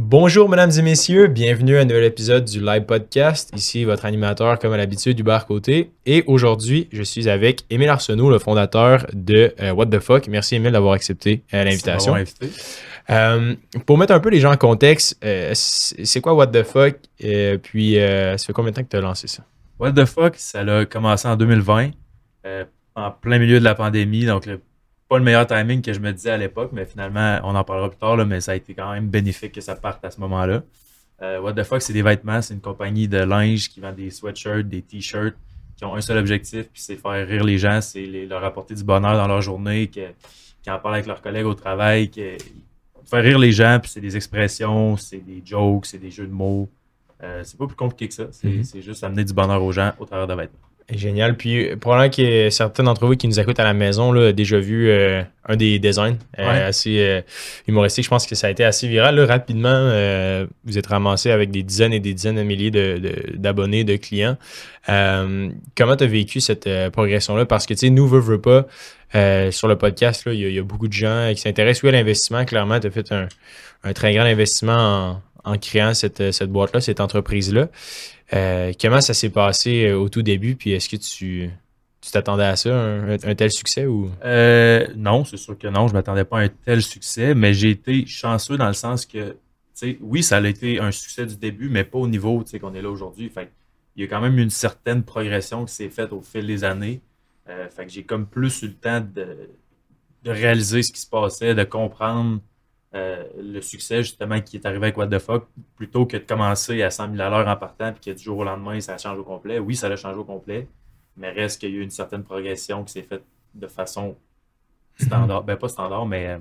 Bonjour, mesdames et messieurs, bienvenue à un nouvel épisode du Live Podcast. Ici, votre animateur, comme à l'habitude, Hubert Côté. Et aujourd'hui, je suis avec Émile Arsenault, le fondateur de What the Fuck. Merci, Émile, d'avoir accepté l'invitation. Merci de m'avoir invité. Pour mettre un peu les gens en contexte, c'est quoi What the Fuck? Puis, ça fait combien de temps que tu as lancé ça? What the fuck, ça a commencé en 2020, en plein milieu de la pandémie, donc pas le meilleur timing que je me disais à l'époque, mais finalement, on en parlera plus tard, là, mais ça a été quand même bénéfique que ça parte à ce moment-là. What the fuck, c'est des vêtements, c'est une compagnie de linge qui vend des sweatshirts, des t-shirts, qui ont un seul objectif, puis c'est faire rire les gens, c'est leur apporter du bonheur dans leur journée, qui en parlent avec leurs collègues au travail, faire rire les gens, puis c'est des expressions, c'est des jokes, c'est des jeux de mots. C'est pas plus compliqué que ça. C'est juste amener du bonheur aux gens au travers de vêtements. Génial. Puis, probablement qu'il y a certains d'entre vous qui nous écoutent à la maison là, déjà vu un des designs assez humoristique. Je pense que ça a été assez viral. Là. Rapidement, vous êtes ramassé avec des dizaines et des dizaines de milliers d'abonnés, de clients. Comment tu as vécu cette progression-là? Parce que, tu sais, nous, veut pas, sur le podcast, là, il y a beaucoup de gens qui s'intéressent à l'investissement. Clairement, tu as fait un très grand investissement en créant cette boîte-là, cette entreprise-là. Comment ça s'est passé au tout début? Puis est-ce que tu t'attendais à ça, un tel succès? Ou? Non, c'est sûr que non. Je m'attendais pas à un tel succès, mais j'ai été chanceux dans le sens que, oui, ça a été un succès du début, mais pas au niveau qu'on est là aujourd'hui. Fait il y a quand même une certaine progression qui s'est faite au fil des années. Fait que j'ai comme plus eu le temps de réaliser ce qui se passait, de comprendre le succès justement qui est arrivé avec What the Fuck, plutôt que de commencer à 100 000 à l'heure en partant puis que du jour au lendemain ça change au complet. Oui, ça a changé au complet, mais reste qu'il y a eu une certaine progression qui s'est faite de façon standard. Ben pas standard, mais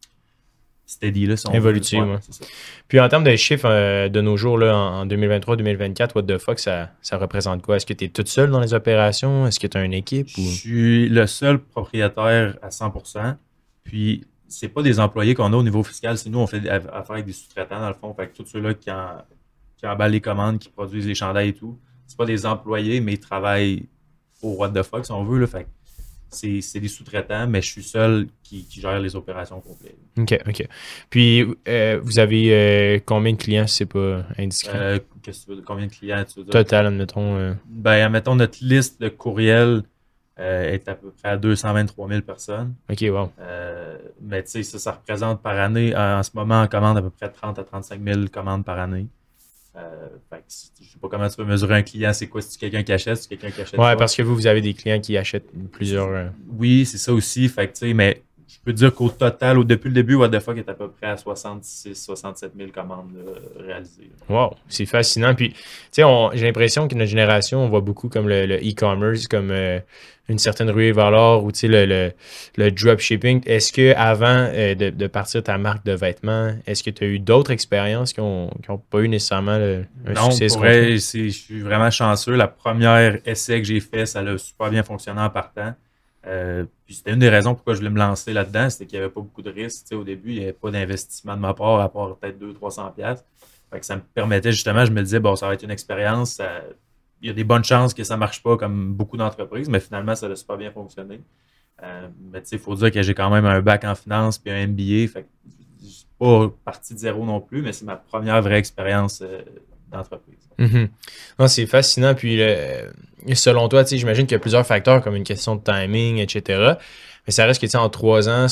steady là, si on évolutive. veut. Ouais. Puis en termes de chiffres de nos jours, là, en 2023-2024, What the Fuck, ça représente quoi? Est-ce que tu es toute seule dans les opérations? Est-ce que tu as une équipe? Je suis le seul propriétaire à 100%. Puis c'est pas des employés qu'on a au niveau fiscal, c'est nous, on fait affaire avec des sous-traitants dans le fond. Fait que tous ceux-là qui emballent les commandes, qui produisent les chandails et tout, c'est pas des employés, mais ils travaillent pour What the Fuck, si on veut. Là. Fait que c'est des sous-traitants, mais je suis seul qui gère les opérations complètes. OK. Puis, vous avez combien de clients, si c'est pas indiscret? Qu'est-ce que tu veux, combien de clients tu veux dire? Total, admettons. Ben, admettons, notre liste de courriels est à peu près à 223 000 personnes. OK, wow. Mais tu sais, ça représente par année, en ce moment, on commande à peu près 30 à 35 000 commandes par année. Fait que, je sais pas comment tu peux mesurer un client, c'est quoi? Si tu quelqu'un qui achète, si quelqu'un qui achète Ouais, pas. parce que vous avez des clients qui achètent plusieurs. Oui, c'est ça aussi. Fait que, tu sais, mais je peux dire qu'au total, depuis le début, What the Fuck est à peu près à 66-67 000 commandes réalisées. Wow, c'est fascinant. Puis, tu sais, j'ai l'impression que notre génération, on voit beaucoup comme le e-commerce, comme une certaine ruée vers l'or ou, tu sais, le dropshipping. Est-ce que avant de partir ta marque de vêtements, est-ce que tu as eu d'autres expériences qui ont pas eu nécessairement un Non, succès? pour vrai, je suis vraiment chanceux. La première essai que j'ai fait, ça a super bien fonctionné en partant. Puis c'était une des raisons pourquoi je voulais me lancer là-dedans, c'était qu'il n'y avait pas beaucoup de risques. Tu sais, au début, il n'y avait pas d'investissement de ma part, à part peut-être 200-300$. Fait que ça me permettait justement, je me disais, bon, ça va être une expérience. Il y a des bonnes chances que ça ne marche pas comme beaucoup d'entreprises, mais finalement, ça a super bien fonctionné. Mais tu sais, il faut dire que j'ai quand même un bac en finance puis un MBA. Fait que je suis pas parti de zéro non plus, mais c'est ma première vraie expérience d'entreprise. Mm-hmm. Non, c'est fascinant. Puis, selon toi, tu sais, j'imagine qu'il y a plusieurs facteurs comme une question de timing, etc. Mais ça reste que, tu sais, en 3 ans,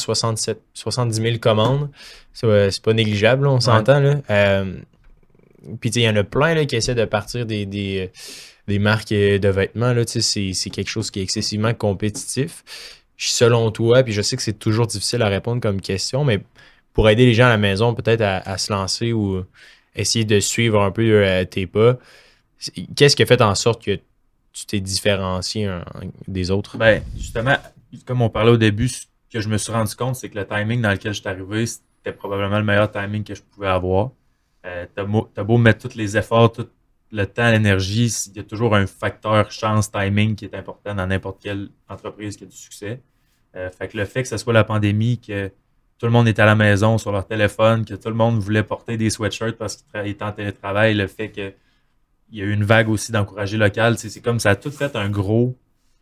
70 000 commandes, c'est pas négligeable, là, on s'entend. Là. Puis, tu sais, il y en a plein là, qui essaient de partir des marques de vêtements. Là, tu sais, c'est quelque chose qui est excessivement compétitif. Selon toi, puis je sais que c'est toujours difficile à répondre comme question, mais pour aider les gens à la maison peut-être à se lancer ou essayer de suivre un peu tes pas, qu'est-ce qui a fait en sorte que tu t'es différencié des autres? Ben, justement, comme on parlait au début, ce que je me suis rendu compte, c'est que le timing dans lequel je suis arrivé, c'était probablement le meilleur timing que je pouvais avoir. T'as beau mettre tous les efforts, tout le temps, l'énergie, il y a toujours un facteur chance, timing qui est important dans n'importe quelle entreprise qui a du succès. Fait que le fait que ce soit la pandémie, que tout le monde est à la maison sur leur téléphone, que tout le monde voulait porter des sweatshirts parce qu'ils étaient en télétravail, le fait qu'il y a eu une vague aussi d'encourager local, c'est comme ça a tout fait un gros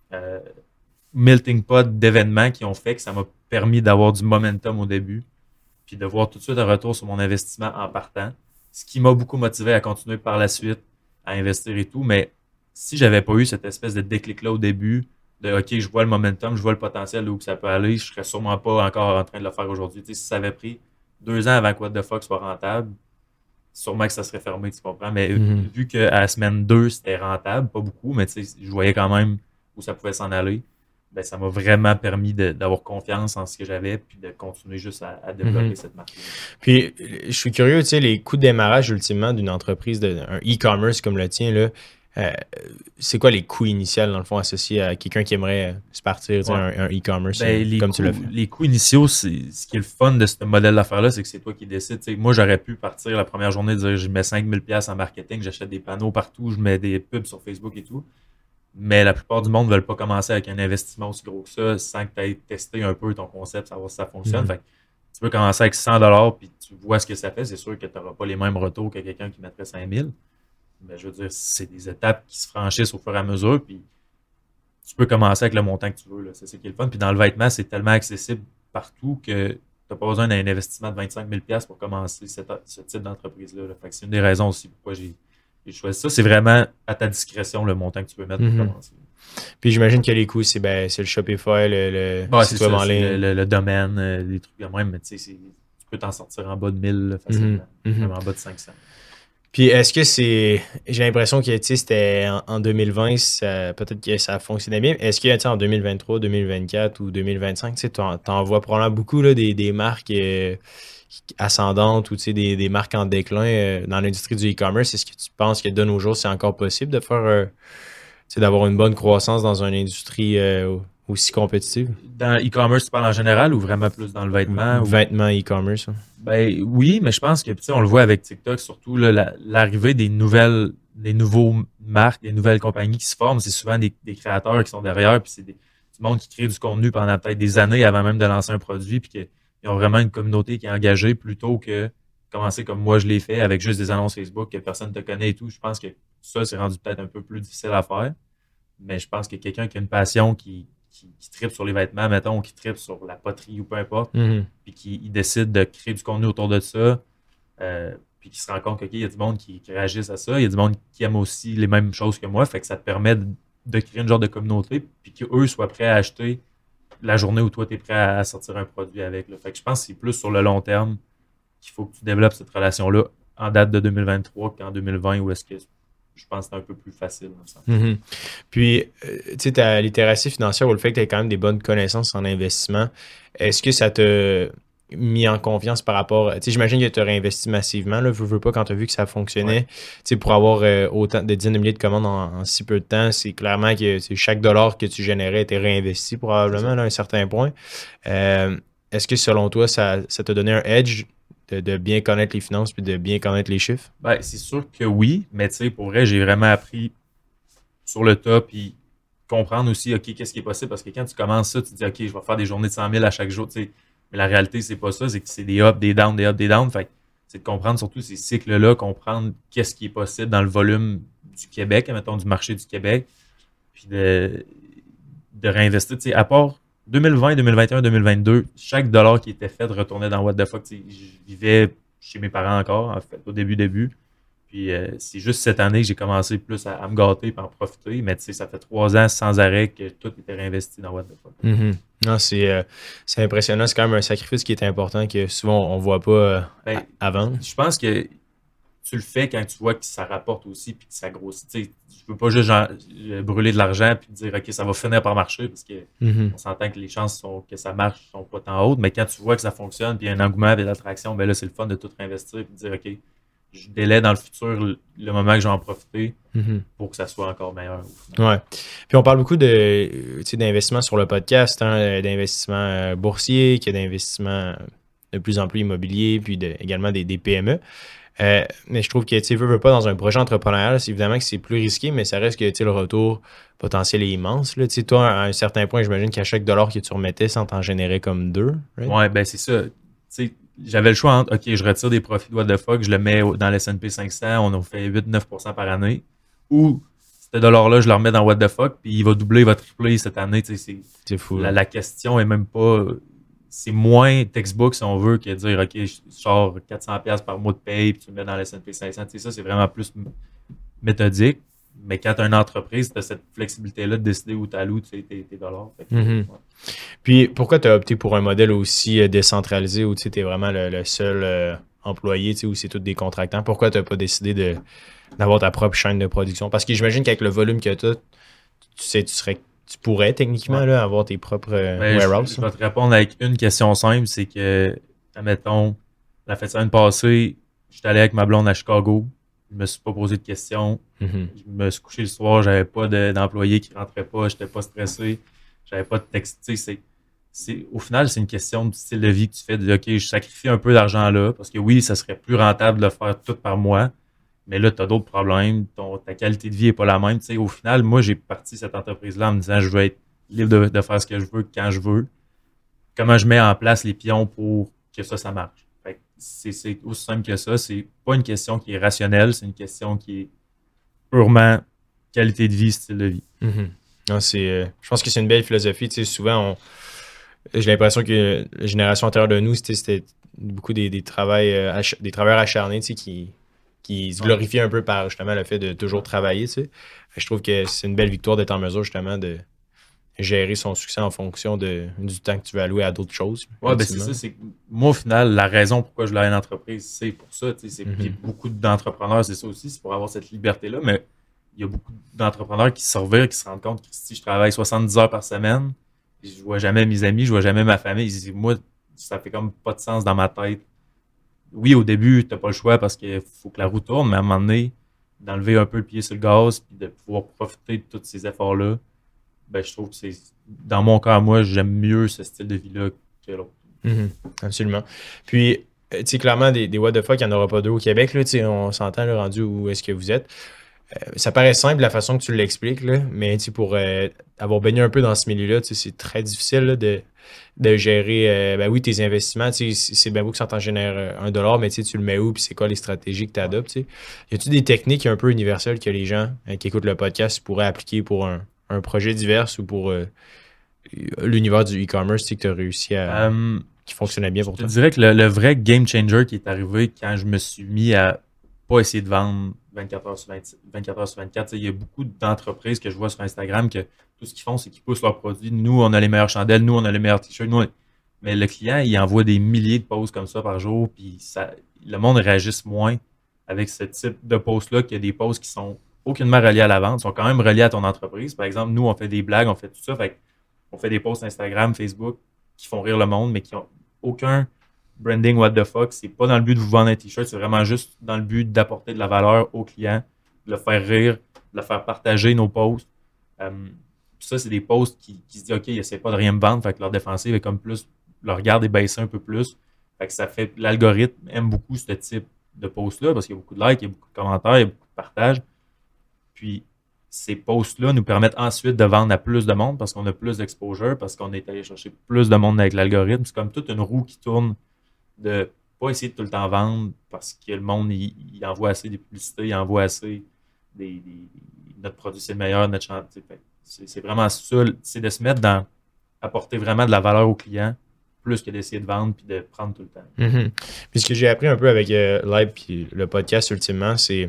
melting pot d'événements qui ont fait que ça m'a permis d'avoir du momentum au début, puis de voir tout de suite un retour sur mon investissement en partant. ce qui m'a beaucoup motivé à continuer par la suite, à investir et tout. Mais si j'avais pas eu cette espèce de déclic-là au début, de OK, je vois le momentum, je vois le potentiel où ça peut aller, je serais sûrement pas encore en train de le faire aujourd'hui. Tu sais, si ça avait pris 2 ans avant que What the Fuck soit rentable, sûrement que ça serait fermé, tu comprends. Mais vu qu'à la semaine 2, c'était rentable, pas beaucoup, mais tu sais, je voyais quand même où ça pouvait s'en aller. Ben, ça m'a vraiment permis d'avoir confiance en ce que j'avais puis de continuer juste à développer cette marque. Puis, je suis curieux, tu sais, les coûts de démarrage, ultimement, d'une entreprise, un e-commerce comme le tien, là, c'est quoi les coûts initiaux, dans le fond, associés à quelqu'un qui aimerait se partir, un e-commerce comme tu l'as fait? Les coûts initiaux, ce qui est le fun de ce modèle d'affaires-là, c'est que c'est toi qui décides. T'sais, moi, j'aurais pu partir la première journée et dire je mets 5000$ en marketing, j'achète des panneaux partout, je mets des pubs sur Facebook et tout. Mais la plupart du monde ne veulent pas commencer avec un investissement aussi gros que ça sans que tu aies testé un peu ton concept, savoir si ça fonctionne. Fait que tu peux commencer avec 100$ puis tu vois ce que ça fait. C'est sûr que tu n'auras pas les mêmes retours que quelqu'un qui mettrait 5000$. Mais je veux dire, c'est des étapes qui se franchissent au fur et à mesure. Puis tu peux commencer avec le montant que tu veux. C'est ça qui est le fun. Puis dans le vêtement, c'est tellement accessible partout que tu n'as pas besoin d'un investissement de 25 000$ pour commencer ce type d'entreprise-là. Fait que c'est une des raisons aussi pourquoi j'ai choisi ça. C'est vraiment à ta discrétion le montant que tu peux mettre pour commencer. Puis j'imagine que les coûts, c'est le Shopify, le site web en ligne. Le domaine, des trucs de même, mais tu sais, tu peux t'en sortir en bas de 1000 là, facilement, même en bas de 500. Puis est-ce que j'ai l'impression que c'était en 2020, peut-être que ça fonctionnait bien. Est-ce que en 2023, 2024 ou 2025, tu en vois probablement beaucoup là, des marques ascendantes ou des marques en déclin dans l'industrie du e-commerce. Est-ce que tu penses que de nos jours, c'est encore possible de faire d'avoir une bonne croissance dans une industrie aussi compétitive? Dans l'e-commerce, tu parles en général ou vraiment plus dans le vêtement? Vêtement e-commerce. Hein? Ben oui, mais je pense que on le voit avec TikTok, surtout là, l'arrivée des nouveaux marques, des nouvelles compagnies qui se forment, c'est souvent des créateurs qui sont derrière, puis c'est du monde qui crée du contenu pendant peut-être des années avant même de lancer un produit, puis qu'ils ont vraiment une communauté qui est engagée plutôt que commencer comme moi je l'ai fait avec juste des annonces Facebook que personne ne te connaît et tout. Je pense que ça, c'est rendu peut-être un peu plus difficile à faire. Mais je pense que quelqu'un qui a une passion, qui tripe sur les vêtements, mettons, qui tripe sur la poterie ou peu importe, puis qui décide de créer du contenu autour de ça, puis qui se rend compte qu'il y a du monde qui réagisse à ça, il y a du monde qui aime aussi les mêmes choses que moi, fait que ça te permet de créer une genre de communauté, puis qu'eux soient prêts à acheter la journée où toi, tu es prêt à sortir un produit avec. Là. Fait que je pense que c'est plus sur le long terme qu'il faut que tu développes cette relation-là en date de 2023 qu'en 2020, où est-ce que je pense que c'est un peu plus facile. Puis, tu sais, ta littératie financière ou le fait que tu aies quand même des bonnes connaissances en investissement, est-ce que ça t'a mis en confiance par rapport... Tu sais, j'imagine que tu as réinvesti massivement, là, veux pas, quand tu as vu que ça fonctionnait. Tu sais, pour avoir autant de dizaines de milliers de commandes en si peu de temps, c'est clairement que chaque dollar que tu générais était réinvesti probablement là, à un certain point. Est-ce que selon toi, ça t'a donné un edge de bien connaître les finances puis de bien connaître les chiffres? Ben, c'est sûr que oui, mais tu sais, pour vrai, j'ai vraiment appris sur le tas puis comprendre aussi, OK, qu'est-ce qui est possible? Parce que quand tu commences ça, tu te dis, OK, je vais faire des journées de 100 000 à chaque jour, tu sais. Mais la réalité, c'est pas ça, c'est que c'est des ups, des downs, des ups, des downs. Fait que c'est de comprendre surtout ces cycles-là, comprendre qu'est-ce qui est possible dans le volume du Québec, mettons, du marché du Québec, puis de réinvestir, tu sais, à part 2020, 2021, 2022, chaque dollar qui était fait retournait dans What the Fuck. Je vivais chez mes parents encore, en fait, au début. Puis c'est juste cette année que j'ai commencé plus à me gâter et en profiter. Mais tu sais, ça fait 3 ans sans arrêt que tout était réinvesti dans What the Fuck. Non, c'est impressionnant. C'est quand même un sacrifice qui est important que souvent on ne voit pas avant. Je pense que tu le fais quand tu vois que ça rapporte aussi puis que ça grossit. Tu sais, je peux pas juste brûler de l'argent puis dire OK, ça va finir par marcher parce que on s'entend que les chances que ça marche sont pas tant hautes, mais quand tu vois que ça fonctionne puis il y a un engouement et de l'attraction, ben là c'est le fun de tout réinvestir et de dire OK, je délaie dans le futur le moment que je vais en profiter pour que ça soit encore meilleur. Ouais. Puis on parle beaucoup d'investissement sur le podcast, d'investissement boursier, qu'il y a d'investissement de plus en plus immobilier, puis également des PME. Mais je trouve que tu veux pas dans un projet entrepreneurial, c'est évidemment que c'est plus risqué, mais ça reste que le retour potentiel est immense. Là. Toi, à un certain point, j'imagine qu'à chaque dollar que tu remettais, ça t'en générait comme 2. Right? Ouais, ben c'est ça. T'sais, j'avais le choix entre OK, je retire des profits de What the Fuck, je le mets dans le S&P 500, on a fait 8-9% par année, ou ce dollar-là, je le remets dans What the Fuck, puis il va doubler, il va tripler cette année. C'est fou. La question est même pas c'est moins textbook, si on veut, que de dire, OK, je sors 400$ par mois de paye, puis tu le mets dans le S&P 500. Tu sais, ça, c'est vraiment plus méthodique. Mais quand tu as une entreprise, tu as cette flexibilité-là de décider où tu alloues tes dollars. Fait que, Mhm. Puis pourquoi tu as opté pour un modèle aussi décentralisé où tu es vraiment le seul employé, tu sais, où c'est tous des contractants? Pourquoi tu n'as pas décidé d'avoir ta propre chaîne de production? Parce que j'imagine qu'avec le volume que tu as, tu pourrais techniquement Ouais. là, avoir tes propres Ben, warehouses. je vais te répondre avec une question simple, c'est que, admettons, la fête de semaine passée, j'étais allé avec ma blonde à Chicago, je me suis pas posé de questions, Mhm. je me suis couché le soir, j'avais pas d'employés qui rentraient pas, j'étais pas stressé, j'avais pas de texte. Tu sais, au final, c'est une question de style de vie que tu fais, de OK, je sacrifie un peu d'argent là, parce que oui, ça serait plus rentable de le faire tout par mois, mais là, tu as d'autres problèmes, ta qualité de vie est pas la même. Tu sais, au final, moi, j'ai parti cette entreprise-là en me disant, je veux être libre de faire ce que je veux quand je veux. Comment je mets en place les pions pour que ça marche. Fait que c'est aussi simple que ça. C'est pas une question qui est rationnelle, c'est une question qui est purement qualité de vie, style de vie. Mhm. Non, je pense que c'est une belle philosophie. Tu sais, souvent, j'ai l'impression que la génération antérieure de nous, c'était beaucoup des travailleurs acharnés, tu sais, qui se glorifiaient un peu par justement le fait de toujours travailler. Tu sais. Je trouve que c'est une belle victoire d'être en mesure justement de gérer son succès en fonction du temps que tu veux allouer à d'autres choses. Ouais, ben c'est ça. C'est moi, au final, la raison pourquoi je l'ai une entreprise, c'est pour ça. Puis beaucoup d'entrepreneurs, c'est ça aussi, c'est pour avoir cette liberté-là. Mais il y a beaucoup d'entrepreneurs qui se revirent, qui se rendent compte que si je travaille 70 heures par semaine, je vois jamais mes amis, je vois jamais ma famille. Ils disent, moi, ça fait comme pas de sens dans ma tête. Oui, au début, t'as pas le choix parce qu'il faut que la roue tourne, mais à un moment donné, d'enlever un peu le pied sur le gaz puis de pouvoir profiter de tous ces efforts-là, ben, je trouve que dans mon cas, moi, j'aime mieux ce style de vie-là que l'autre. Mhm. Absolument. Puis, tu sais, clairement, des what the fuck, il n'y en aura pas deux au Québec, là, tu sais, on s'entend, là, rendu où est-ce que vous êtes. Ça paraît simple la façon que tu l'expliques, là, mais tu sais, pour avoir baigné un peu dans ce milieu-là, tu sais, c'est très difficile là, de gérer ben oui, tes investissements. Tu sais, c'est bien beau que ça t'en génère $1, mais tu sais, tu le mets où, puis c'est quoi les stratégies que tu adoptes. Tu sais. Y a-tu des techniques un peu universelles que les gens qui écoutent le podcast pourraient appliquer pour un projet divers ou pour l'univers du e-commerce tu sais, que tu as réussi qui fonctionnait bien pour Je te toi? dirais que le vrai game changer qui est arrivé quand je me suis mis à pas essayer de vendre 24 heures sur 24 heures sur 24. Il y a beaucoup d'entreprises que je vois sur Instagram que tout ce qu'ils font, c'est qu'ils poussent leurs produits. Nous, on a les meilleures chandelles, nous, on a les meilleurs t-shirts. Mais le client, il envoie des milliers de posts comme ça par jour, puis le monde réagisse moins avec ce type de posts-là que des posts qui sont aucunement reliés à la vente, sont quand même reliés à ton entreprise. Par exemple, nous, on fait des blagues, on fait tout ça. On fait des posts Instagram, Facebook qui font rire le monde, mais qui n'ont aucun branding what the fuck. C'est pas dans le but de vous vendre un t-shirt, c'est vraiment juste dans le but d'apporter de la valeur au client, de le faire rire, de le faire partager nos posts. Puis ça, c'est des posts qui se disent OK, ils essaient pas de rien me vendre, fait que leur défensive est comme plus, leur garde est baissé un peu plus. Fait que ça fait l'algorithme aime beaucoup ce type de posts-là parce qu'il y a beaucoup de likes, il y a beaucoup de commentaires, il y a beaucoup de partages. Puis ces posts-là nous permettent ensuite de vendre à plus de monde parce qu'on a plus d'exposure, parce qu'on est allé chercher plus de monde avec l'algorithme. C'est comme toute une roue qui tourne de pas essayer de tout le temps vendre parce que le monde, il envoie assez des publicités, il envoie assez notre produit, c'est le meilleur, notre chantier. C'est vraiment ça, c'est de se mettre dans apporter vraiment de la valeur au client plus que d'essayer de vendre puis de prendre tout le temps. Mhm. Puis ce que j'ai appris un peu avec Live puis le podcast ultimement, c'est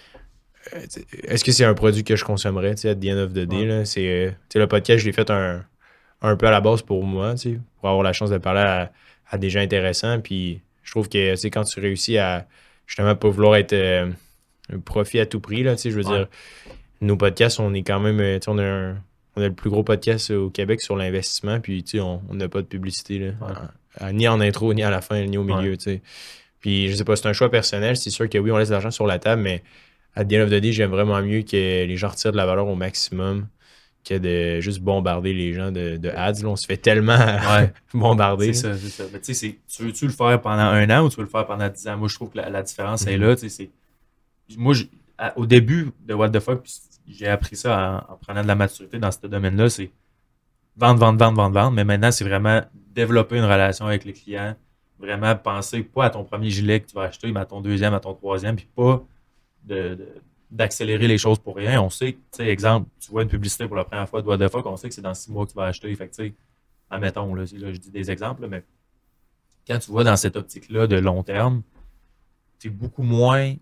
est-ce que c'est un produit que je consommerais, tu sais, at the end of the day, là, tu sais, le podcast, je l'ai fait un peu à la base pour moi, tu sais, pour avoir la chance de parler à des gens intéressants, puis je trouve que, tu sais, quand tu réussis à, justement, pas vouloir être un profit à tout prix, là, tu sais, je veux dire, nos podcasts, on est quand même, tu sais, on a le plus gros podcast au Québec sur l'investissement, puis, tu sais, on n'a pas de publicité, là, ni en intro, ni à la fin, ni au milieu, tu sais. Puis, je sais pas, c'est un choix personnel, c'est sûr que oui, on laisse de l'argent sur la table, mais à the end of the day, j'aime vraiment mieux que les gens retirent de la valeur au maximum que de juste bombarder les gens de ads. Là, on se fait tellement bombarder. C'est ça. Mais tu sais, tu veux-tu le faire pendant 1 an ou tu veux le faire pendant 10 ans? Moi, je trouve que la différence est là. Tu sais, moi, au début de What the Fuck, j'ai appris ça en prenant de la maturité dans ce domaine-là, c'est vendre. Mais maintenant, c'est vraiment développer une relation avec les clients. Vraiment penser pas à ton premier gilet que tu vas acheter, mais à ton deuxième, à ton troisième, puis pas d'accélérer les choses pour rien. On sait, tu sais, exemple, tu vois une publicité pour la première fois de What the Fuck, on sait que c'est dans 6 mois que tu vas acheter. Fait que, tu sais, admettons, là, je dis des exemples, mais quand tu vois dans cette optique-là de long terme, tu as beaucoup moins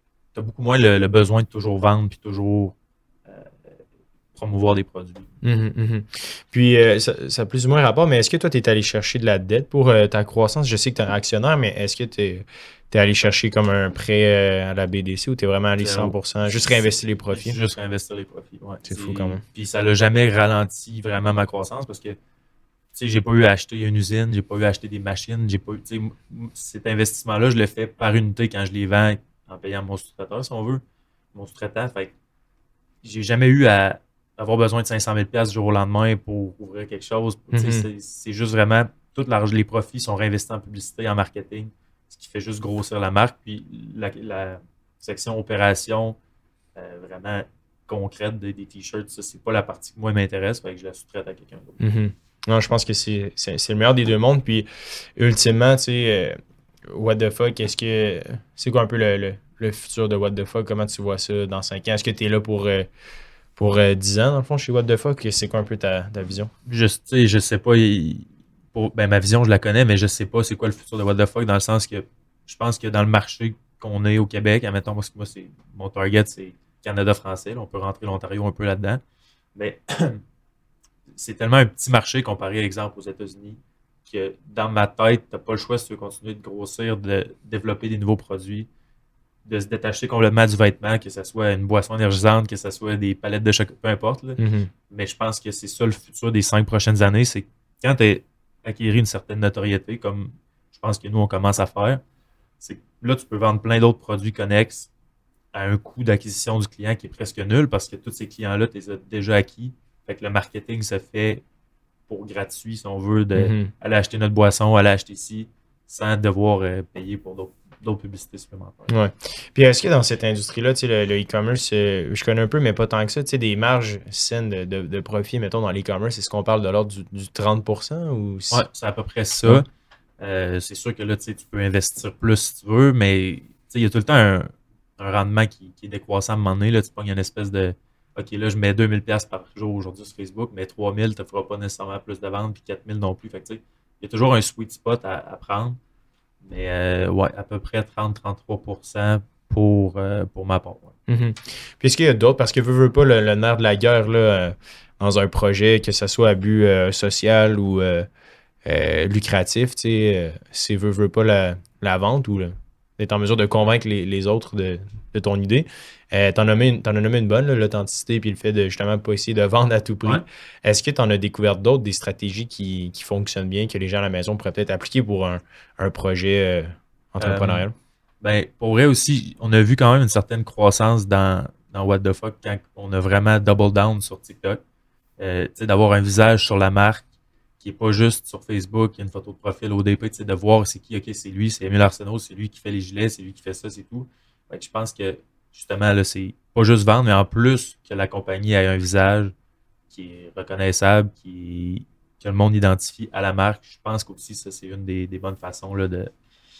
le besoin de toujours vendre puis toujours promouvoir des produits. Puis, ça a plus ou moins rapport, mais est-ce que toi, tu es allé chercher de la dette pour ta croissance? Je sais que tu es un actionnaire, mais est-ce que tu es allé chercher comme un prêt à la BDC ou tu es vraiment allé 100%, juste réinvestir les profits? Juste réinvestir les profits, ouais. C'est fou quand même. Puis ça l'a jamais ralenti vraiment ma croissance parce que j'ai pas eu à acheter une usine, j'ai pas eu à acheter des machines, j'ai pas eu, cet investissement-là, je le fais par unité quand je les vends en payant mon sous-traiteur, si on veut, mon sous-traitant. Fait que j'ai jamais eu à avoir besoin de 500 000 $ du jour au lendemain pour ouvrir quelque chose. C'est juste vraiment, les profits sont réinvestis en publicité, en marketing, ce qui fait juste grossir la marque. Puis la section opération vraiment concrète des t-shirts, ça, c'est pas la partie qui moi m'intéresse, fait que je la sous-traite à quelqu'un d'autre. Non, je pense que c'est le meilleur des deux mondes. Puis, ultimement, tu sais, what the fuck, c'est quoi un peu le futur de what the fuck? Comment tu vois ça dans 5 ans? Est-ce que tu es là pour 10 ans, dans le fond, chez what the fuck? C'est quoi un peu ta vision? Je sais pas. Ma vision, je la connais, mais je sais pas c'est quoi le futur de what the fuck, dans le sens que je pense que dans le marché qu'on est au Québec, admettons, parce que moi, mon target, c'est Canada français. Là, on peut rentrer l'Ontario un peu là-dedans. Mais c'est tellement un petit marché comparé, à l'exemple, aux États-Unis, que dans ma tête, tu n'as pas le choix si tu veux continuer de grossir, de développer des nouveaux produits, de se détacher complètement du vêtement, que ce soit une boisson énergisante, que ce soit des palettes de chocolat, peu importe. Là. Mais je pense que c'est ça le futur des 5 prochaines années, c'est quand tu as acquis une certaine notoriété, comme je pense que nous, on commence à faire, c'est que là, tu peux vendre plein d'autres produits connexes à un coût d'acquisition du client qui est presque nul parce que tous ces clients-là, tu les as déjà acquis. Fait que le marketing se fait pour gratuit, si on veut, aller acheter notre boisson, aller acheter ici, sans devoir payer pour d'autres publicités supplémentaires. Ouais. Puis est-ce que dans cette industrie-là, tu sais, le e-commerce, je connais un peu, mais pas tant que ça, tu sais, des marges saines de profit, mettons, dans l'e-commerce, est-ce qu'on parle de l'ordre du 30% ou... Ouais, c'est à peu près ça. C'est sûr que là, tu peux investir plus si tu veux, mais il y a tout le temps un rendement qui est décroissant à un moment donné. Là, tu pognes une espèce de OK, là, je mets 2000 $ par jour aujourd'hui sur Facebook, mais 3000, tu ne feras pas nécessairement plus de ventes, puis 4000 non plus. Fait que, il y a toujours un sweet spot à prendre. Mais ouais, à peu près 30-33% pour ma part. Ouais. Puis est-ce qu'il y a d'autres, parce que veux pas le nerf de la guerre là, dans un projet, que ce soit à but social ou lucratif, tu sais, c'est veux pas la vente ou d'être en mesure de convaincre les autres de ton idée. T'en as nommé une bonne, là, l'authenticité puis le fait de justement pas essayer de vendre à tout prix. Ouais. Est-ce que tu en as découvert d'autres, des stratégies qui fonctionnent bien, que les gens à la maison pourraient peut-être appliquer pour un projet entrepreneurial? Pour vrai aussi, on a vu quand même une certaine croissance dans What the Fuck quand on a vraiment double down sur TikTok. D'avoir un visage sur la marque qui n'est pas juste sur Facebook, il y a une photo de profil ODP, de voir c'est qui, OK, c'est lui, c'est Émile Arsenault, c'est lui qui fait les gilets, c'est lui qui fait ça, c'est tout. Fait que je pense que justement, là, c'est pas juste vendre, mais en plus que la compagnie ait un visage qui est reconnaissable, que le monde identifie à la marque. Je pense qu'aussi, ça, c'est une des bonnes façons là, de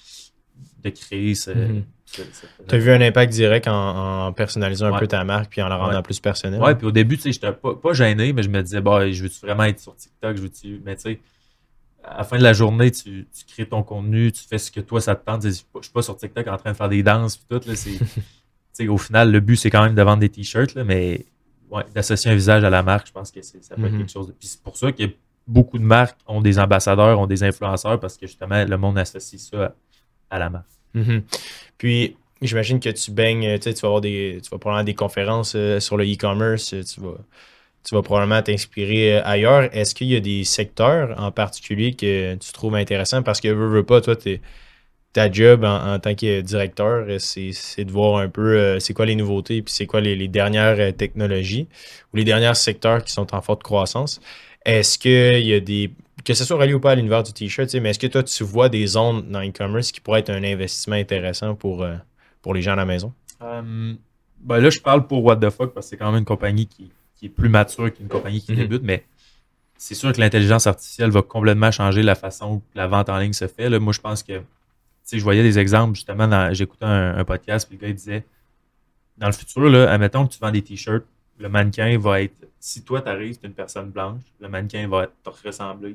créer ce. Tu as vu un impact direct en personnalisant un peu ta marque puis en la rendant plus personnelle? Ouais, puis au début, tu sais, j'étais pas gêné, mais je me disais, je veux-tu vraiment être sur TikTok? Mais tu sais, à la fin de la journée, tu crées ton contenu, tu fais ce que toi, ça te tente. Je suis pas sur TikTok en train de faire des danses puis tout. Là, au final, le but, c'est quand même de vendre des t-shirts, là, mais ouais, d'associer un visage à la marque, je pense que ça peut être quelque chose. Puis c'est pour ça que beaucoup de marques ont des ambassadeurs, ont des influenceurs, parce que justement, le monde associe ça à la marque. Puis, j'imagine que tu baignes, tu vas probablement des conférences sur le e-commerce, tu vas probablement t'inspirer ailleurs. Est-ce qu'il y a des secteurs en particulier que tu trouves intéressants? Parce que veux pas, toi, ta job en tant que directeur, c'est de voir un peu c'est quoi les nouveautés, puis c'est quoi les dernières technologies ou les derniers secteurs qui sont en forte croissance. Est-ce qu'il y a que ce soit relié ou pas à l'univers du t-shirt, mais est-ce que toi, tu vois des zones dans l'e-commerce qui pourraient être un investissement intéressant pour les gens à la maison? Là, je parle pour What the Fuck parce que c'est quand même une compagnie qui est plus mature qu'une compagnie qui débute, mais c'est sûr que l'intelligence artificielle va complètement changer la façon que la vente en ligne se fait. Là, moi, je pense que je voyais des exemples, justement, j'écoutais un podcast, puis le gars il disait, dans le futur, là, admettons que tu vends des t-shirts, le mannequin va être, si toi t'arrives, t'es une personne blanche, le mannequin va te ressembler.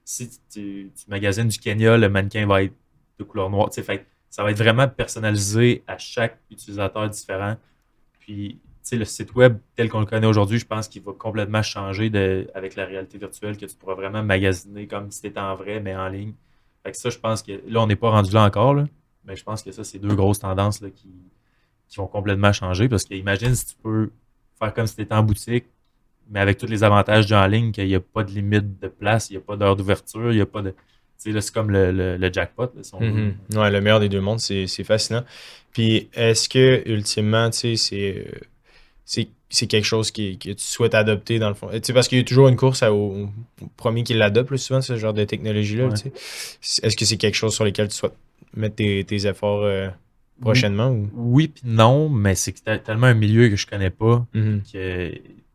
si tu magasines du Kenya, le mannequin va être de couleur noire. Fait, ça va être vraiment personnalisé à chaque utilisateur différent. Puis, le site web tel qu'on le connaît aujourd'hui, je pense qu'il va complètement changer avec la réalité virtuelle, que tu pourras vraiment magasiner comme si c'était en vrai, mais en ligne. Fait que ça, je pense que là, on n'est pas rendu là encore, là, mais je pense que ça, c'est deux grosses tendances là, qui vont complètement changer. Parce que imagine si tu peux faire comme si tu étais en boutique, mais avec tous les avantages du en ligne, qu'il n'y a pas de limite de place, il n'y a pas d'heure d'ouverture, il n'y a pas de. Là, c'est comme le jackpot, là, si on veut. Ouais, le meilleur des deux mondes, c'est fascinant. Puis, est-ce que, ultimement, tu sais, c'est quelque chose que tu souhaites adopter dans le fond? Tu sais, parce qu'il y a toujours une course au premier qui l'adopte, là, souvent, ce genre de technologie-là, Ouais. tu sais. Est-ce que c'est quelque chose sur lequel tu souhaites mettre tes efforts prochainement? Ou? Oui, puis non, mais c'est tellement un milieu que je connais pas Mhm. que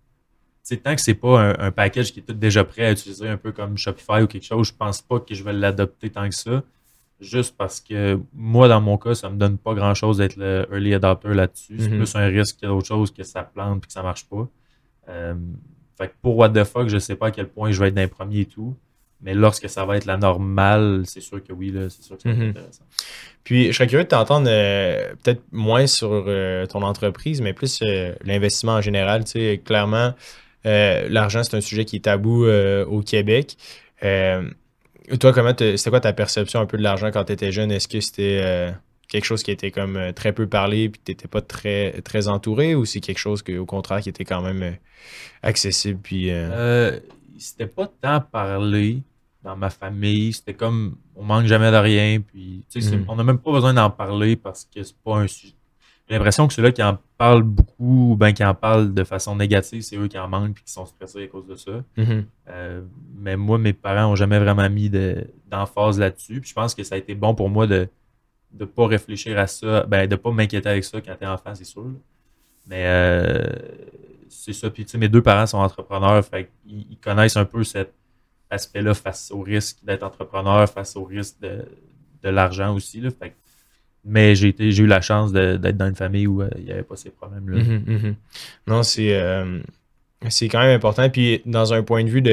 tant que c'est pas un package qui est tout déjà prêt à utiliser, un peu comme Shopify ou quelque chose, je pense pas que je vais l'adopter tant que ça. Juste parce que moi, dans mon cas, ça me donne pas grand-chose d'être le early adopter là-dessus. C'est Mhm. plus un risque qu'autre chose que ça plante et que ça marche pas. Euh, Fait que pour What the fuck, je sais pas à quel point je vais être dans les premiers et tout. Mais lorsque ça va être la normale, c'est sûr que oui, là, c'est sûr que ça va être Mhm. intéressant. Puis, je serais curieux de t'entendre peut-être moins sur ton entreprise, mais plus l'investissement en général. Tu sais, clairement, l'argent, c'est un sujet qui est tabou au Québec. Euh, Toi, c'était quoi ta perception un peu de l'argent quand tu étais jeune? Est-ce que c'était quelque chose qui était comme très peu parlé puis tu n'étais pas très entouré ou c'est quelque chose au contraire qui était quand même accessible puis Euh, C'était pas tant parlé dans ma famille. C'était comme on manque jamais de rien. Puis, Mhm. on n'a même pas besoin d'en parler parce que c'est pas un sujet. J'ai l'impression que ceux-là qui en parlent beaucoup ou bien qui en parlent de façon négative, c'est eux qui en manquent et qui sont stressés à cause de ça. Mhm. Mais moi, mes parents n'ont jamais vraiment mis d'emphase là-dessus. Puis je pense que ça a été bon pour moi de ne pas réfléchir à ça, ben, de ne pas m'inquiéter avec ça quand tu es enfant, c'est sûr. Mais c'est ça. Puis, mes deux parents sont entrepreneurs, fait ils connaissent un peu cet aspect-là face au risque d'être entrepreneur, face au risque de l'argent aussi. Là, fait mais j'ai eu la chance d'être dans une famille où il n'y avait pas ces problèmes-là. Mhm. Mhm. Non, c'est quand même important. Puis dans un point de vue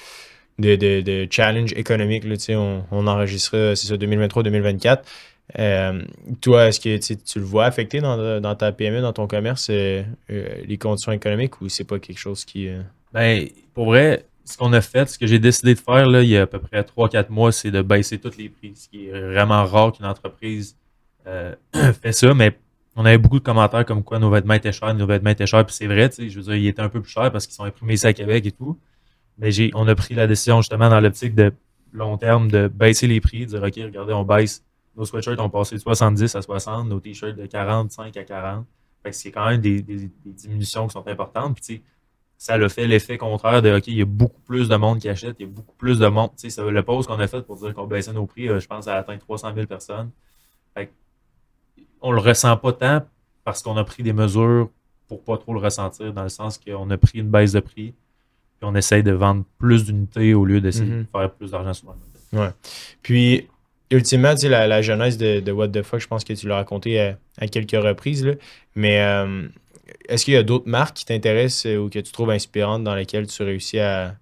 de challenge économique, là, tu sais, on enregistre, c'est ça, 2023-2024. Toi, est-ce que tu le vois affecter dans ta PME, dans ton commerce, les conditions économiques ou c'est pas quelque chose qui. Ben, pour vrai, ce qu'on a fait, ce que j'ai décidé de faire là, il y a à peu près 3 4 mois, c'est de baisser tous les prix. Ce qui est vraiment rare qu'une entreprise fait ça, mais on avait beaucoup de commentaires comme quoi nos vêtements étaient chers, puis c'est vrai, tu sais, je veux dire, ils étaient un peu plus chers parce qu'ils sont imprimés ici à Québec et tout. Mais on a pris la décision justement dans l'optique de long terme de baisser les prix, de dire OK, regardez, on baisse. Nos sweatshirts ont passé de 70 à 60, nos t-shirts de 45 à 40. Fait que c'est quand même des diminutions qui sont importantes. Puis tu sais, ça a fait l'effet contraire de OK, il y a beaucoup plus de monde qui achète, il y a beaucoup plus de monde. Tu sais, le pause qu'on a fait pour dire qu'on baissait nos prix, je pense, ça a atteint 300 000 personnes. Fait que on le ressent pas tant parce qu'on a pris des mesures pour pas trop le ressentir, dans le sens qu'on a pris une baisse de prix, puis on essaye de vendre plus d'unités au lieu d'essayer de faire plus d'argent sur le modèle. Ouais. Puis, ultimement, tu sais, la genèse de What the fuck, je pense que tu l'as raconté à quelques reprises, là. Mais est-ce qu'il y a d'autres marques qui t'intéressent ou que tu trouves inspirantes dans lesquelles tu réussis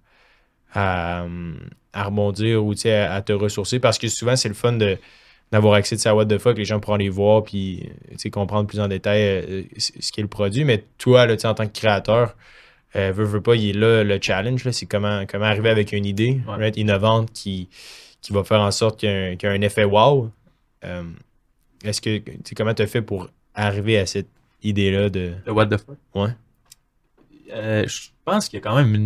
à rebondir ou tu sais, à te ressourcer? Parce que souvent, c'est le fun d'avoir accès tu sais, à What the fuck, les gens pourront les voir puis tu sais, comprendre plus en détail ce qu'est le produit. Mais toi, là, tu sais, en tant que créateur, veux pas, il est là le challenge, là, c'est comment arriver avec une idée Ouais. right, innovante qui va faire en sorte qu'il y a un effet wow. Euh, Est-ce que, tu sais, comment tu as fait pour arriver à cette idée-là de. Le what the fuck? Ouais. Je pense qu'il y a quand même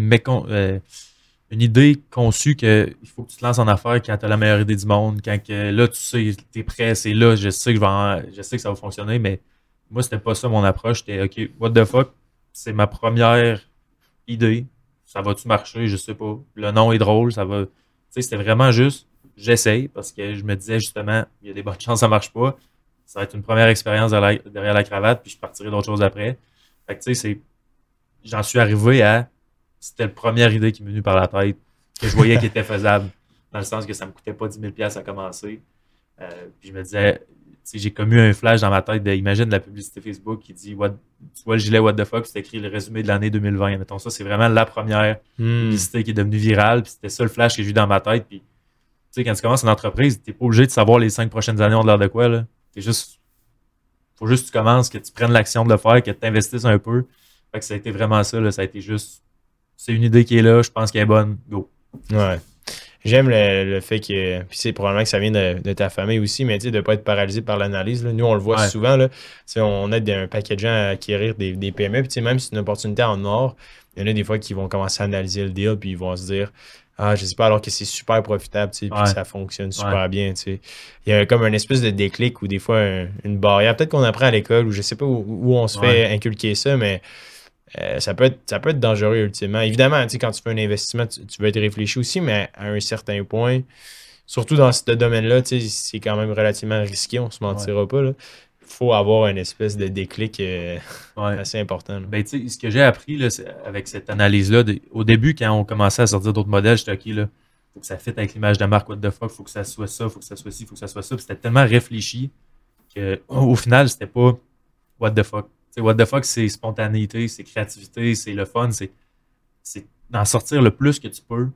une idée conçue qu'il faut que tu te lances en affaires quand tu as la meilleure idée du monde, quand que, là, tu sais, tu es prêt, c'est là, je sais que ça va fonctionner, mais moi, c'était pas ça mon approche. C'était OK, what the fuck, c'est ma première idée. Ça va-tu marcher? Je sais pas. Le nom est drôle, ça va. Tu sais, c'était vraiment juste, j'essaye, parce que je me disais justement, il y a des bonnes chances que ça marche pas. Ça va être une première expérience derrière la cravate, puis je partirai d'autres choses après. Fait que tu sais, j'en suis arrivé à, c'était la première idée qui m'est venue par la tête, que je voyais qui était faisable, dans le sens que ça me coûtait pas 10 000 $ à commencer. Puis je me disais, tu j'ai commis un flash dans ma tête imagine la publicité Facebook qui dit tu vois le gilet What the fuck, c'est écrit le résumé de l'année 2020. Mettons ça, c'est vraiment la première publicité qui est devenue virale. Puis c'était ça le flash que j'ai eu dans ma tête. Puis quand tu commences une entreprise, t'es pas obligé de savoir les 5 prochaines années ont l'air de quoi. Là. Faut juste que tu commences, que tu prennes l'action de le faire, que tu t'investisses un peu. Fait que ça a été vraiment ça. Là. Ça a été juste, c'est une idée qui est là, je pense qu'elle est bonne. Go. Ouais. J'aime le fait que, puis c'est probablement que ça vient de ta famille aussi, mais de ne pas être paralysé par l'analyse. Nous, on le voit souvent, là, on aide un paquet de gens à acquérir des PME, puis même si c'est une opportunité en or, il y en a des fois qui vont commencer à analyser le deal, puis ils vont se dire, ah, je sais pas, alors que c'est super profitable, puis que ça fonctionne super bien. Il y a comme une espèce de déclic ou des fois une barrière, peut-être qu'on apprend à l'école, ou je sais pas où on se fait inculquer ça, mais ça peut être dangereux ultimement. Évidemment, quand tu fais un investissement, tu veux être réfléchi aussi, mais à un certain point, surtout dans ce domaine-là, c'est quand même relativement risqué, on ne se mentira pas. Il faut avoir une espèce de déclic assez important. Ben, ce que j'ai appris là, avec cette analyse-là, au début, quand on commençait à sortir d'autres modèles, j'étais OK, là, faut que ça fitte avec l'image de marque What the fuck, faut que ça soit ça, faut que ça soit ci, faut que ça soit ça. Puis c'était tellement réfléchi qu'au final, c'était pas What the fuck. What the fuck, c'est spontanéité, c'est créativité, c'est le fun, c'est d'en sortir le plus que tu peux.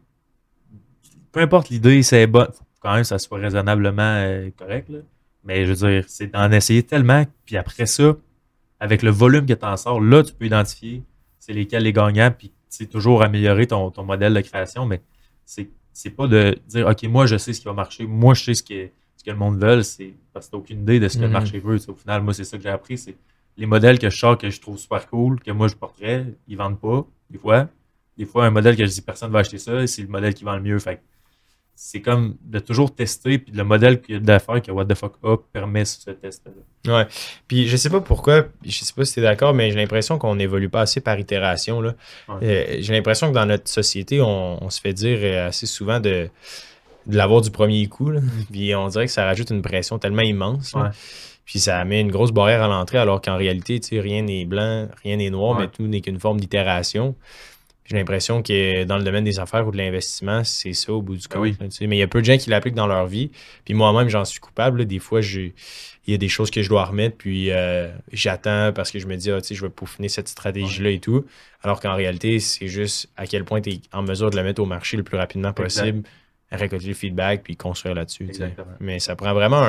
Peu importe l'idée, c'est bon. Faut quand même que ça soit raisonnablement correct. Là. Mais je veux dire, c'est d'en essayer tellement. Puis après ça, avec le volume que tu en sors, là, tu peux identifier c'est lesquels les gagnants. Puis toujours améliorer ton modèle de création. Mais c'est pas de dire OK, moi, je sais ce qui va marcher. Moi, je sais ce que le monde veut. C'est parce que tu n'as aucune idée de ce que le marché veut. Au final, moi, c'est ça que j'ai appris. C'est les modèles que je sors, que je trouve super cool, que moi je porterais, ils vendent pas, des fois. Des fois, un modèle que je dis personne va acheter ça, c'est le modèle qui vend le mieux. Fait c'est comme de toujours tester, puis le modèle d'affaires que What the fuck a permet ce test-là. Ouais. Puis je sais pas pourquoi, je sais pas si tu es d'accord, mais j'ai l'impression qu'on n'évolue pas assez par itération. Là. J'ai l'impression que dans notre société, on se fait dire assez souvent de l'avoir du premier coup. Là. Puis on dirait que ça rajoute une pression tellement immense. Puis ça met une grosse barrière à l'entrée, alors qu'en réalité, rien n'est blanc, rien n'est noir, mais tout n'est qu'une forme d'itération. J'ai l'impression que dans le domaine des affaires ou de l'investissement, c'est ça au bout du compte. Mais il y a peu de gens qui l'appliquent dans leur vie. Puis moi-même, j'en suis coupable. Là. Des fois, il y a des choses que je dois remettre, puis j'attends parce que je me dis, je vais peaufiner cette stratégie-là et tout. Alors qu'en réalité, c'est juste à quel point tu es en mesure de la mettre au marché le plus rapidement possible, récolter le feedback, puis construire là-dessus. Mais ça prend vraiment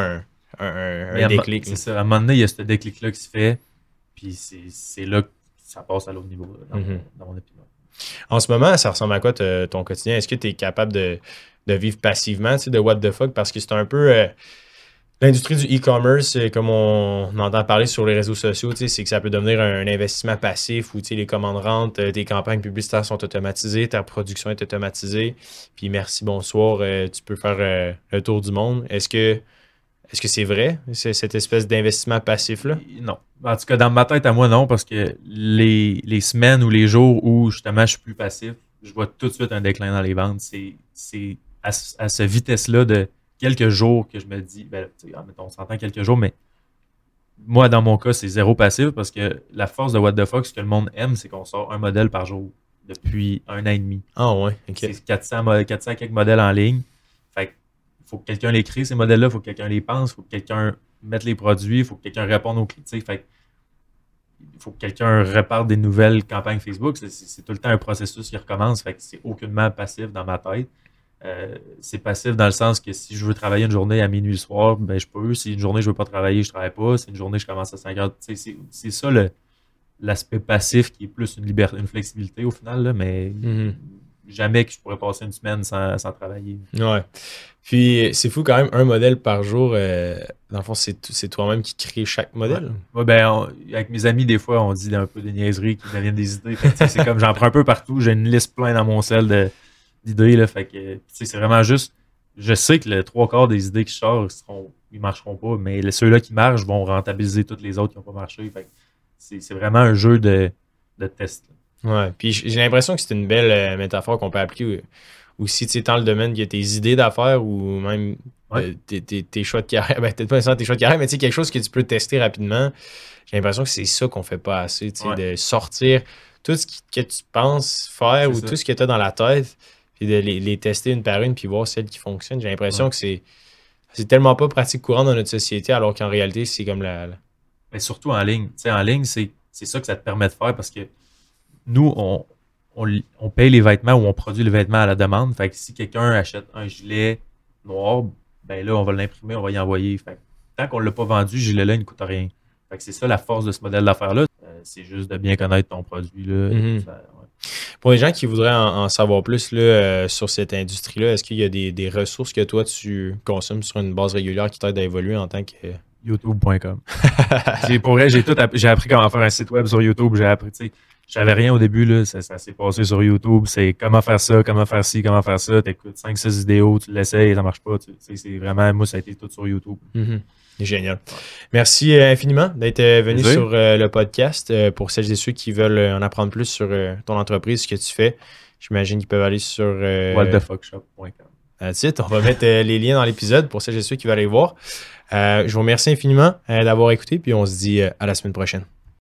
un déclic. C'est ça. À un moment donné, il y a ce déclic-là qui se fait, puis c'est là que ça passe à l'autre niveau, dans mon opinion. En ce moment, ça ressemble à quoi ton quotidien? Est-ce que tu es capable de vivre passivement de what the fuck? Parce que c'est un peu l'industrie du e-commerce, comme on entend parler sur les réseaux sociaux, c'est que ça peut devenir un investissement passif où les commandes rentrent, tes campagnes publicitaires sont automatisées, ta production est automatisée. Puis merci, bonsoir, tu peux faire le tour du monde. Est-ce que c'est vrai, cette espèce d'investissement passif-là? Non. En tout cas, dans ma tête, à moi, non, parce que les semaines ou les jours où, justement, je suis plus passif, je vois tout de suite un déclin dans les ventes. C'est à cette vitesse-là de quelques jours que je me dis, on s'entend quelques jours, mais moi, dans mon cas, c'est zéro passif parce que la force de What the fuck, ce que le monde aime, c'est qu'on sort un modèle par jour depuis 1 an et demi. Ah ouais, OK. C'est 400 quelques modèles en ligne. Fait que faut que quelqu'un les crée, ces modèles-là, il faut que quelqu'un les pense, il faut que quelqu'un mette les produits, il faut que quelqu'un réponde aux critiques. Fait il faut que quelqu'un répare des nouvelles campagnes Facebook. C'est tout le temps un processus qui recommence. Fait que c'est aucunement passif dans ma tête. C'est passif dans le sens que si je veux travailler une journée à minuit le soir, ben je peux. Si une journée je veux pas travailler, je travaille pas. Si une journée je commence à 5 heures, c'est ça l'aspect passif qui est plus une liberté, une flexibilité au final, là, mais jamais que je pourrais passer une semaine sans travailler. Ouais. Puis c'est fou quand même, un modèle par jour. Dans le fond, c'est toi-même qui crée chaque modèle. Ouais, ben, avec mes amis, des fois, on dit un peu des niaiseries qui deviennent des idées. C'est comme j'en prends un peu partout. J'ai une liste pleine dans mon sel d'idées. Là, fait que c'est vraiment juste. Je sais que le 3/4 des idées qui sortent, ils marcheront pas, mais ceux-là qui marchent vont rentabiliser toutes les autres qui n'ont pas marché. Fait que c'est vraiment un jeu de test. Là. Ouais. Puis j'ai l'impression que c'est une belle métaphore qu'on peut appliquer aussi, tant le domaine, il y a tes idées d'affaires ou même tes choix de carrière. Ben, peut-être pas nécessairement tes choix de carrière, mais quelque chose que tu peux tester rapidement. J'ai l'impression que c'est ça qu'on fait pas assez, de sortir tout ce que tu penses faire ou tout ce que tu as dans la tête, puis de les tester une par une, puis voir celles qui fonctionnent. J'ai l'impression que c'est C'est tellement pas pratique courante dans notre société, alors qu'en réalité, c'est comme Mais surtout en ligne. Tu sais, en ligne, c'est ça que ça te permet de faire parce que nous, on paye les vêtements ou on produit les vêtements à la demande. Fait que si quelqu'un achète un gilet noir, ben là, on va l'imprimer, on va y envoyer. Fait que tant qu'on ne l'a pas vendu, ce gilet-là, il ne coûte rien. Fait que c'est ça la force de ce modèle d'affaires-là. C'est juste de bien connaître ton produit. Là. Mhm. Ouais. Pour les gens qui voudraient en savoir plus là, sur cette industrie-là, est-ce qu'il y a des ressources que toi, tu consommes sur une base régulière qui t'aident à évoluer en tant que... YouTube.com. Pour vrai, j'ai appris comment faire un site web sur YouTube. J'ai appris, tu sais, j'avais rien au début, là. Ça s'est passé sur YouTube. C'est comment faire ça, comment faire ci, comment faire ça. T'écoutes 5-6 vidéos, tu l'essayes, ça marche pas. C'est vraiment, moi, ça a été tout sur YouTube. Mm-hmm. Génial. Merci infiniment d'être venu sur le podcast. Pour celles et ceux qui veulent en apprendre plus sur ton entreprise, ce que tu fais, j'imagine qu'ils peuvent aller sur whatthefuckshop.com. That's it. On va mettre les liens dans l'épisode pour celles et ceux qui veulent aller voir. Je vous remercie infiniment d'avoir écouté, puis on se dit à la semaine prochaine.